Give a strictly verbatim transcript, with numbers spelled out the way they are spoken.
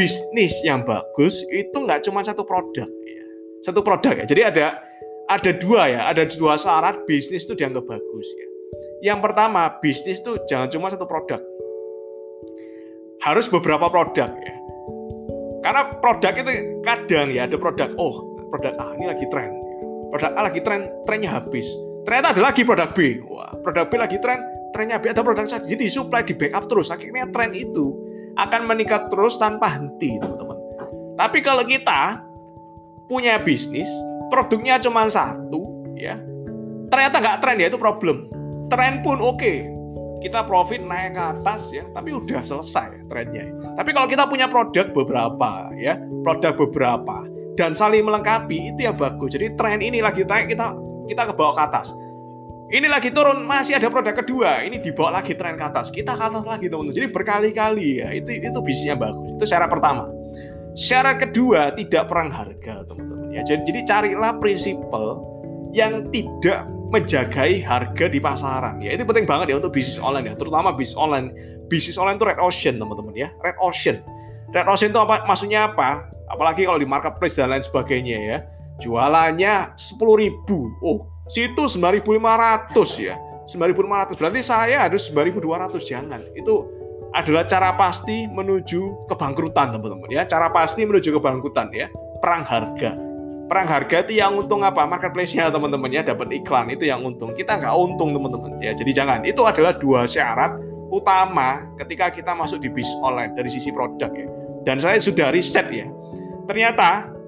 bisnis yang bagus itu nggak cuma satu produk ya. Satu produk ya. Jadi ada ada dua ya, ada dua syarat bisnis itu dianggap bagus ya. Yang pertama, bisnis itu jangan cuma satu produk. Harus beberapa produk ya. Karena produk itu kadang ya ada produk, oh produk A ini lagi tren. Produk A lagi tren, trennya habis. Ternyata ada lagi produk B. Wah, produk B lagi tren, trennya B, ada produk C. Jadi supply di backup terus. Akhirnya tren itu akan meningkat terus tanpa henti, teman-teman. Tapi kalau kita punya bisnis, produknya cuma satu, ya, ternyata nggak tren ya, itu problem. Tren pun oke, okay. Kita profit naik ke atas ya, tapi udah selesai trennya. Tapi kalau kita punya produk beberapa, ya, produk beberapa dan saling melengkapi, itu yang bagus. Jadi tren ini lagi naik, kita kita ke bawah ke atas. Ini lagi turun, masih ada produk kedua, ini dibawa lagi tren ke atas, kita ke atas lagi, teman-teman. Jadi berkali-kali ya, itu itu bisnisnya bagus. Itu syarat pertama. Syarat kedua, tidak perang harga, teman-teman. Ya, jadi, jadi carilah prinsipal yang tidak menjagai harga di pasaran. Ya, itu penting banget ya untuk bisnis online ya, terutama bisnis online. Bisnis online itu red ocean, teman-teman ya. Red ocean. Red ocean itu apa? Maksudnya apa? Apalagi kalau di marketplace dan lain sebagainya ya. Jualannya sepuluh ribu. Oh, situ sembilan ribu lima ratus ya. sembilan ribu lima ratus. Berarti saya harus sembilan ribu dua ratus. Jangan. Itu adalah cara pasti menuju kebangkrutan, teman-teman ya. Cara pasti menuju kebangkrutan ya. Perang harga. Perang harga itu yang untung apa? Marketplace-nya, teman-teman ya, dapat iklan itu yang untung. Kita nggak untung, teman-teman ya. Jadi jangan. Itu adalah dua syarat utama ketika kita masuk di bisnis online dari sisi produk ya. Dan saya sudah riset ya. Ternyata